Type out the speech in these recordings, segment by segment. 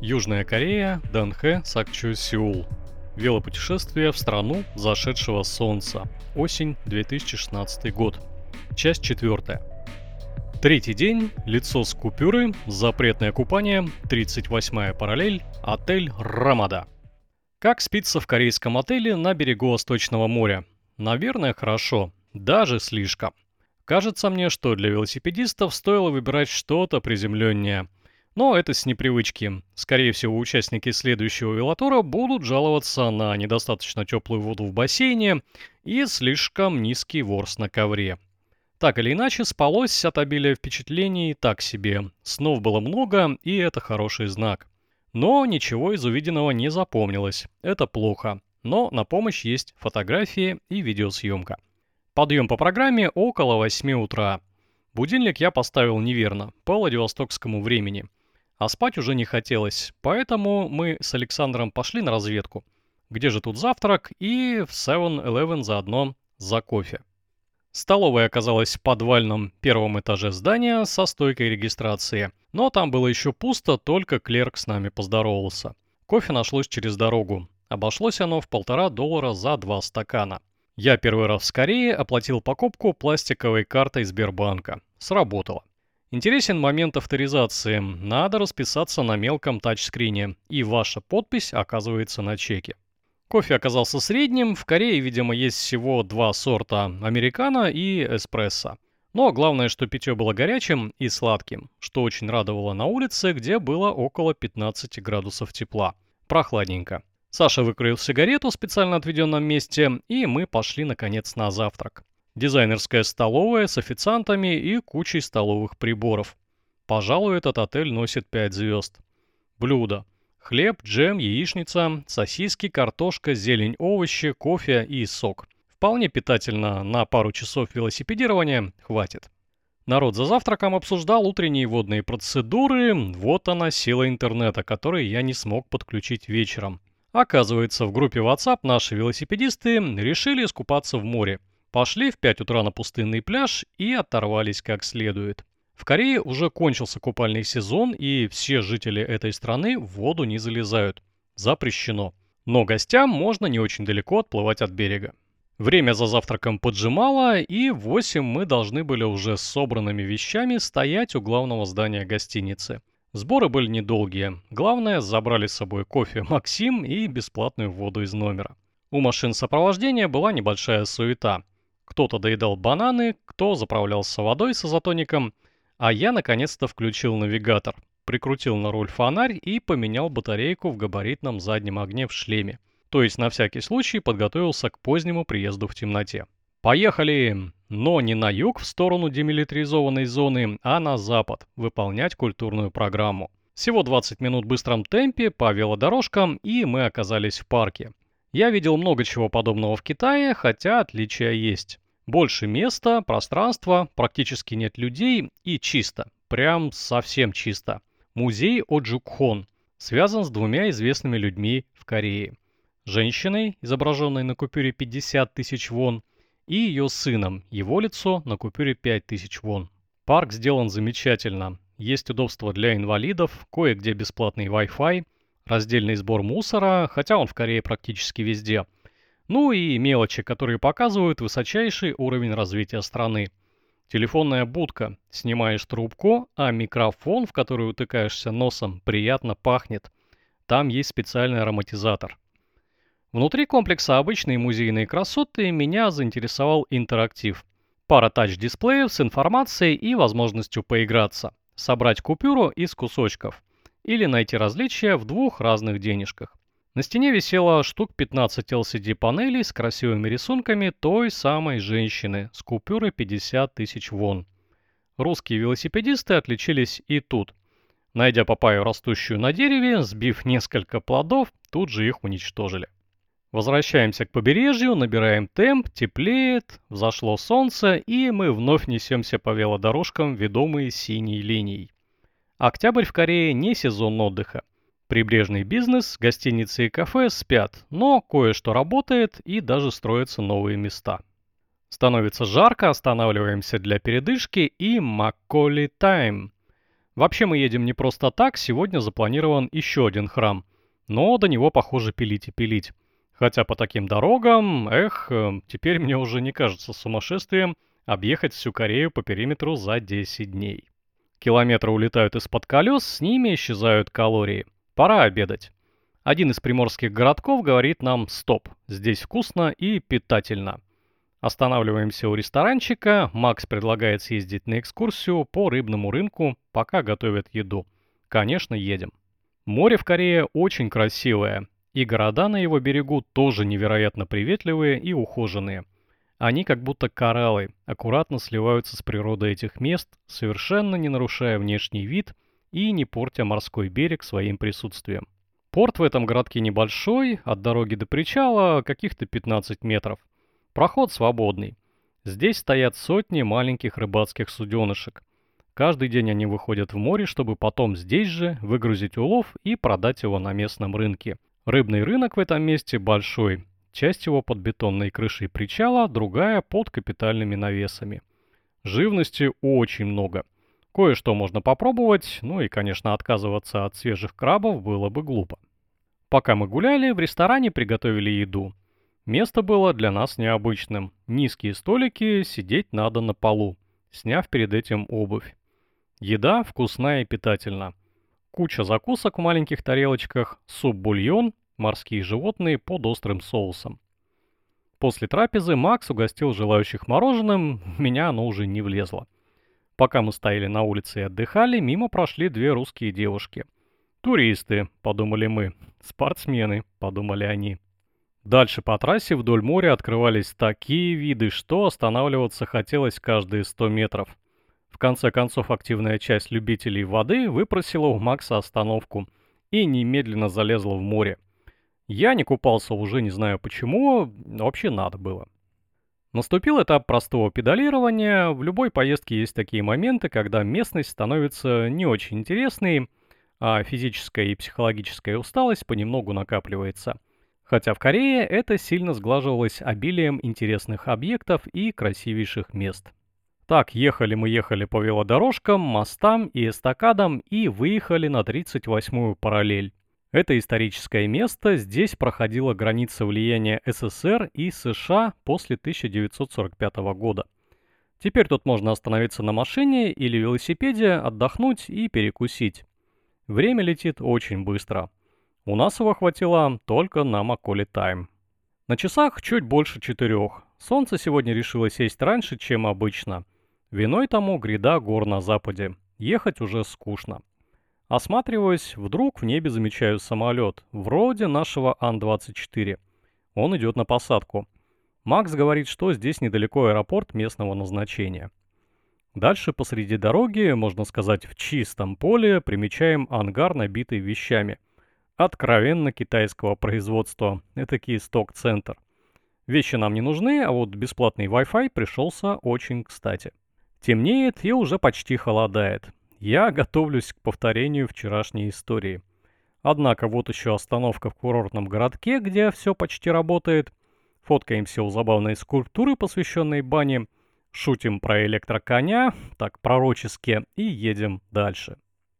Южная Корея, Данхэ, Сакчу, Сеул. Велопутешествие в страну зашедшего солнца. Осень 2016 год. Часть 4. Третий день, лицо с купюры, запретное купание, 38-я параллель, отель Рамада. Как спится в корейском отеле на берегу Восточного моря? Наверное, хорошо, даже слишком. Кажется мне, что для велосипедистов стоило выбирать что-то приземленнее. Но это с непривычки. Скорее всего, участники следующего велотура будут жаловаться на недостаточно теплую воду в бассейне и слишком низкий ворс на ковре. Так или иначе, спалось от обилия впечатлений так себе. Снов было много, и это хороший знак. Но ничего из увиденного не запомнилось. Это плохо. Но на помощь есть фотографии и видеосъемка. Подъем по программе около 8 утра. Будильник я поставил неверно, по владивостокскому времени. А спать уже не хотелось, поэтому мы с Александром пошли на разведку. Где же тут завтрак и в 7-Eleven заодно за кофе. Столовая оказалась в подвальном первом этаже здания со стойкой регистрации. Но там было еще пусто, только клерк с нами поздоровался. Кофе нашлось через дорогу. Обошлось оно в $1,5 за 2 стакана. Я первый раз в Корее оплатил покупку пластиковой картой Сбербанка. Сработало. Интересен момент авторизации. Надо расписаться на мелком тачскрине, и ваша подпись оказывается на чеке. Кофе оказался средним. В Корее, видимо, есть всего 2 сорта – американо и эспрессо. Но главное, что питье было горячим и сладким, что очень радовало на улице, где было около 15 градусов тепла. Прохладненько. Саша выкурил сигарету в специально отведенном месте, и мы пошли наконец на завтрак. Дизайнерская столовая с официантами и кучей столовых приборов. Пожалуй, этот отель носит 5 звезд. Блюда. Хлеб, джем, яичница, сосиски, картошка, зелень, овощи, кофе и сок. Вполне питательно, на пару часов велосипедирования хватит. Народ за завтраком обсуждал утренние водные процедуры. Вот она, сила интернета, которую я не смог подключить вечером. Оказывается, в группе WhatsApp наши велосипедисты решили искупаться в море. Пошли в 5 утра на пустынный пляж и оторвались как следует. В Корее уже кончился купальный сезон, и все жители этой страны в воду не залезают. Запрещено. Но гостям можно не очень далеко отплывать от берега. Время за завтраком поджимало, и в 8 мы должны были уже с собранными вещами стоять у главного здания гостиницы. Сборы были недолгие. Главное, забрали с собой кофе Максим и бесплатную воду из номера. У машин сопровождения была небольшая суета. Кто-то доедал бананы, кто заправлялся водой с изотоником, а я наконец-то включил навигатор, прикрутил на руль фонарь и поменял батарейку в габаритном заднем огне в шлеме. То есть на всякий случай подготовился к позднему приезду в темноте. Поехали! Но не на юг в сторону демилитаризованной зоны, а на запад, выполнять культурную программу. Всего 20 минут в быстром темпе по велодорожкам, и мы оказались в парке. Я видел много чего подобного в Китае, хотя отличия есть. Больше места, пространства, практически нет людей и чисто. Прям совсем чисто. Музей Оджукхон связан с 2 известными людьми в Корее. Женщиной, изображенной на купюре 50 тысяч вон, и ее сыном, его лицо на купюре 5000 вон. Парк сделан замечательно. Есть удобства для инвалидов, кое-где бесплатный Wi-Fi, раздельный сбор мусора, хотя он в Корее практически везде. Ну и мелочи, которые показывают высочайший уровень развития страны. Телефонная будка. Снимаешь трубку, а микрофон, в который утыкаешься носом, приятно пахнет. Там есть специальный ароматизатор. Внутри комплекса обычные музейные красоты меня заинтересовал интерактив. Пара тач-дисплеев с информацией и возможностью поиграться. Собрать купюру из кусочков. Или найти различия в 2 разных денежках. На стене висело штук 15 LCD-панелей с красивыми рисунками той самой женщины с купюрой 50 тысяч вон. Русские велосипедисты отличились и тут. Найдя папайю, растущую на дереве, сбив несколько плодов, тут же их уничтожили. Возвращаемся к побережью, набираем темп, теплеет, взошло солнце, и мы вновь несемся по велодорожкам, ведомые синей линией. Октябрь в Корее не сезон отдыха. Прибрежный бизнес, гостиницы и кафе спят, но кое-что работает и даже строятся новые места. Становится жарко, останавливаемся для передышки и Макколи тайм. Вообще мы едем не просто так, сегодня запланирован еще один храм. Но до него, похоже, пилить и пилить. Хотя по таким дорогам, теперь мне уже не кажется сумасшествием объехать всю Корею по периметру за 10 дней. Километры улетают из-под колес, с ними исчезают калории. Пора обедать. Один из приморских городков говорит нам «стоп, здесь вкусно и питательно». Останавливаемся у ресторанчика, Макс предлагает съездить на экскурсию по рыбному рынку, пока готовят еду. Конечно, едем. Море в Корее очень красивое, и города на его берегу тоже невероятно приветливые и ухоженные. Они как будто кораллы, аккуратно сливаются с природой этих мест, совершенно не нарушая внешний вид и не портя морской берег своим присутствием. Порт в этом городке небольшой, от дороги до причала каких-то 15 метров. Проход свободный. Здесь стоят сотни маленьких рыбацких суденышек. Каждый день они выходят в море, чтобы потом здесь же выгрузить улов и продать его на местном рынке. Рыбный рынок в этом месте большой. Часть его под бетонной крышей причала, другая под капитальными навесами. Живности очень много. Кое-что можно попробовать, ну и, конечно, отказываться от свежих крабов было бы глупо. Пока мы гуляли, в ресторане приготовили еду. Место было для нас необычным. Низкие столики, сидеть надо на полу, сняв перед этим обувь. Еда вкусная и питательна. Куча закусок в маленьких тарелочках, суп-бульон, морские животные под острым соусом. После трапезы Макс угостил желающих мороженым, в меня оно уже не влезло. Пока мы стояли на улице и отдыхали, мимо прошли две русские девушки. «Туристы», — подумали мы, — «спортсмены», — подумали они. Дальше по трассе вдоль моря открывались такие виды, что останавливаться хотелось каждые 100 метров. В конце концов, активная часть любителей воды выпросила у Макса остановку и немедленно залезла в море. Я не купался уже не знаю почему, вообще надо было. Наступил этап простого педалирования. В любой поездке есть такие моменты, когда местность становится не очень интересной, а физическая и психологическая усталость понемногу накапливается. Хотя в Корее это сильно сглаживалось обилием интересных объектов и красивейших мест. Так, ехали по велодорожкам, мостам и эстакадам и выехали на 38-ю параллель. Это историческое место, здесь проходила граница влияния СССР и США после 1945 года. Теперь тут можно остановиться на машине или велосипеде, отдохнуть и перекусить. Время летит очень быстро. У нас его хватило только на Макколе Тайм. На часах чуть больше 4. Солнце сегодня решило сесть раньше, чем обычно. Виной тому гряда гор на западе. Ехать уже скучно. Осматриваясь, вдруг в небе замечаю самолет, вроде нашего Ан-24. Он идет на посадку. Макс говорит, что здесь недалеко аэропорт местного назначения. Дальше посреди дороги, можно сказать в чистом поле, примечаем ангар, набитый вещами. Откровенно китайского производства, этакий сток-центр. Вещи нам не нужны, а вот бесплатный Wi-Fi пришелся очень кстати. Темнеет и уже почти холодает. Я готовлюсь к повторению вчерашней истории. Однако вот еще остановка в курортном городке, где все почти работает. Фоткаемся у забавной скульптуры, посвященной бане. Шутим про электроконя, так пророчески, и едем дальше.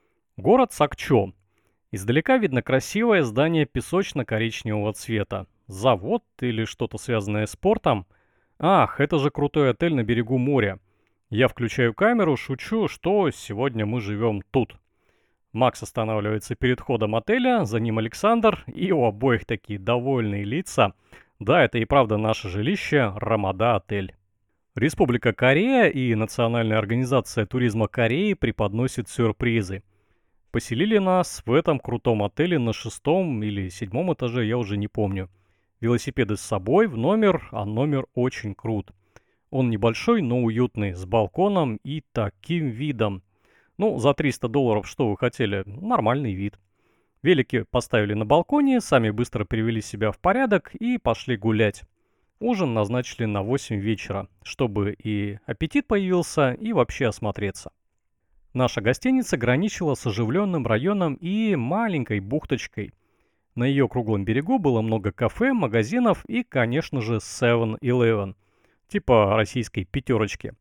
Город Сокчо. Издалека видно красивое здание песочно-коричневого цвета. Завод или что-то связанное с спортом. Ах, это же крутой отель на берегу моря. Я включаю камеру, шучу, что сегодня мы живем тут. Макс останавливается перед входом отеля, за ним Александр, и у обоих такие довольные лица. Да, это и правда наше жилище, Рамада-отель. Республика Корея и Национальная организация туризма Кореи преподносят сюрпризы. Поселили нас в этом крутом отеле на 6-м или 7-м этаже, я уже не помню. Велосипеды с собой в номер, а номер очень крут. Он небольшой, но уютный, с балконом и таким видом. Ну, за $300 что вы хотели? Нормальный вид. Велики поставили на балконе, сами быстро привели себя в порядок и пошли гулять. Ужин назначили на 8 вечера, чтобы и аппетит появился, и вообще осмотреться. Наша гостиница граничила с оживленным районом и маленькой бухточкой. На ее круглом берегу было много кафе, магазинов и, конечно же, 7-Eleven. Типа российской пятерочки.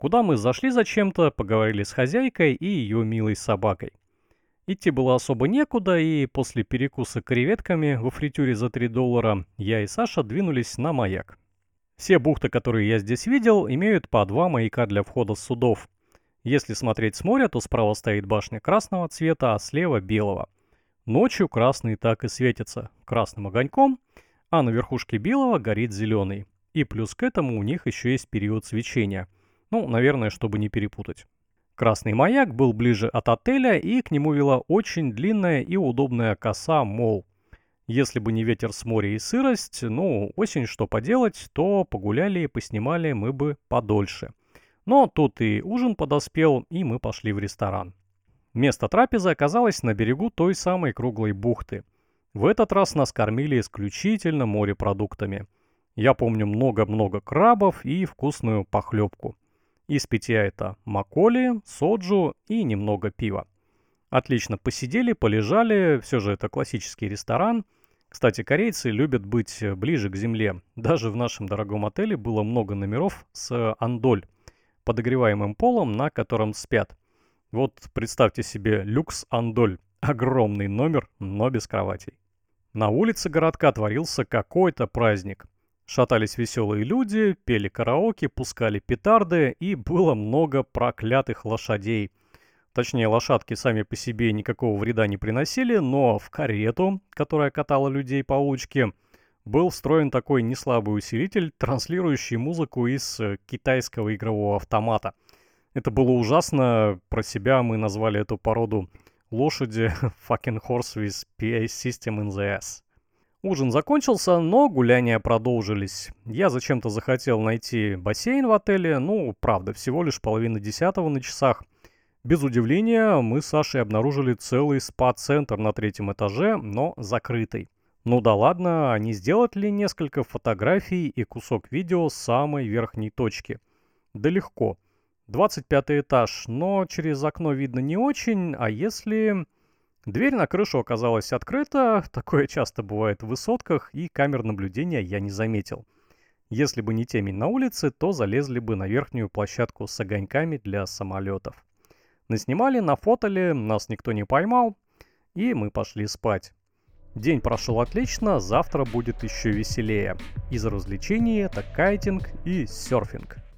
куда мы зашли зачем-то, поговорили с хозяйкой и ее милой собакой. Идти было особо некуда, и после перекуса креветками во фритюре за $3 я и Саша двинулись на маяк. Все бухты, которые я здесь видел, имеют по 2 маяка для входа с судов. Если смотреть с моря, то справа стоит башня красного цвета, а слева белого. Ночью красный так и светится красным огоньком, а на верхушке белого горит зеленый. И плюс к этому у них еще есть период свечения. Ну, наверное, чтобы не перепутать. Красный маяк был ближе от отеля, и к нему вела очень длинная и удобная коса мол. Если бы не ветер с моря и сырость, ну, осень, что поделать, то погуляли и поснимали мы бы подольше. Но тут и ужин подоспел, и мы пошли в ресторан. Место трапезы оказалось на берегу той самой круглой бухты. В этот раз нас кормили исключительно морепродуктами. Я помню много-много крабов и вкусную похлебку. Из питья это макколи, соджу и немного пива. Отлично посидели, полежали, все же это классический ресторан. Кстати, корейцы любят быть ближе к земле. Даже в нашем дорогом отеле было много номеров с андоль, подогреваемым полом, на котором спят. Вот представьте себе люкс андоль, огромный номер, но без кроватей. На улице городка творился какой-то праздник. Шатались веселые люди, пели караоке, пускали петарды, и было много проклятых лошадей. Точнее, лошадки сами по себе никакого вреда не приносили, но в карету, которая катала людей по улочке, был встроен такой неслабый усилитель, транслирующий музыку из китайского игрового автомата. Это было ужасно, про себя мы назвали эту породу лошади fucking horse with PA system in the ass. Ужин закончился, но гуляния продолжились. Я зачем-то захотел найти бассейн в отеле, ну, правда, всего лишь 9:30 на часах. Без удивления, мы с Сашей обнаружили целый спа-центр на 3-м этаже, но закрытый. Ну да ладно, не сделать ли несколько фотографий и кусок видео с самой верхней точки? Да легко. 25-й этаж, но через окно видно не очень, а если... Дверь на крышу оказалась открыта, такое часто бывает в высотках, и камер наблюдения я не заметил. Если бы не темень на улице, то залезли бы на верхнюю площадку с огоньками для самолетов. Наснимали, нафотали, нас никто не поймал, и мы пошли спать. День прошел отлично, завтра будет еще веселее. Из развлечений это кайтинг и серфинг.